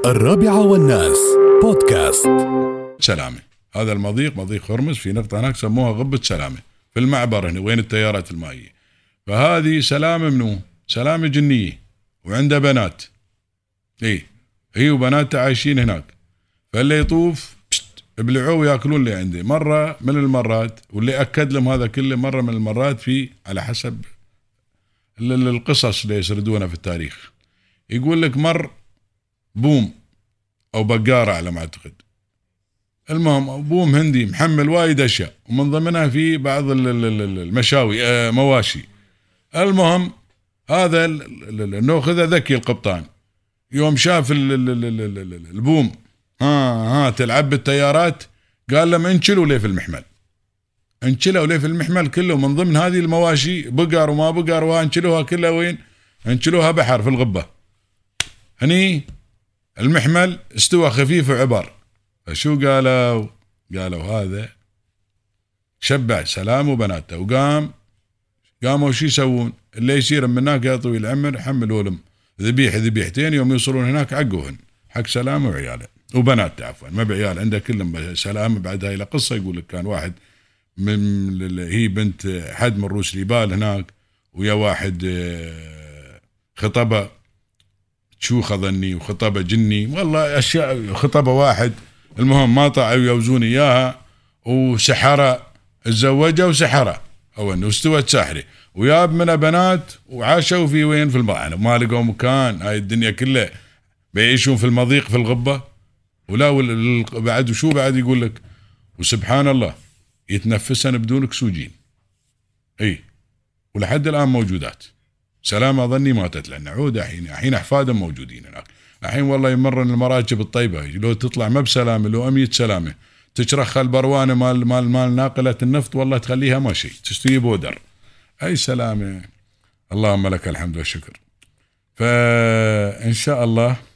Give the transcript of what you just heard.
الرابعة بودكاست. سلامة، هذا مضيق هرمز، في نقطة هناك سموها غبة سلامة في المعبر هنا وين التيارات المائية. فهذه سلامة منو؟ سلامة جنية وعنده بنات، هي وبناتها عايشين هناك. فاللي يطوف ابلعوه وياكلون اللي عنده. مرة من المرات، واللي أكد لهم هذا كله، مرة من المرات، في على حسب القصص اللي يسردونها في التاريخ، يقول لك مر بوم أو بقارة على ما أعتقد، المهم بوم هندي محمل وايد أشياء ومن ضمنها في بعض المشاوي مواشي. المهم هذا النوخذة ذكي القبطان، يوم شاف البوم تلعب بالتيارات، قال لهم انشلوا ليه في المحمل، انشلوا ليه في المحمل كله، من ضمن هذه المواشي بقر وما بقر، وانشلوها كلها وين؟ انشلوها بحر في الغبة. هني المحمل استوى خفيف وعبر. فشو قالوا هذا شبع سلام وبناته، قاموا شو يسوون؟ اللي يصير من هناك يا طويل العمر حملوا لهم ذبيحتين، يوم يوصلون هناك عقوهن حق سلام وعياله وبناته، عفوا ما بعيال عنده كلهم سلام. بعد هاي القصة يقول لك كان واحد من هي بنت حد من روس ليبال هناك، ويا واحد خطبة شو ظني وخطبة جني، والله أشياء، خطبة واحد. المهم ما طاعوا يوزون إياها، وسحرة تزوجها وسحرة أو أنه استوت ساحرة، وياب منها بنات، وعاشوا في وين؟ في المطعم، ما لقوا مكان. هاي الدنيا كلها بيعيشون في المضيق في الغبة. ولا بعد وشو بعد يقول لك، وسبحان الله يتنفسن بدون أكسجين، ولحد الآن موجودات. سلامة ظني ماتت لأن عودة الحين أحفادهم موجودين هناك. الحين والله يمرن المراكب الطيبة، لو تطلع ما بسلامة، لو 100 سلامة تشرخ البروانة مال ناقلة النفط، والله تخليها ما شيء، تستوي بودر. أي سلامة، اللهم لك الحمد والشكر. فإن شاء الله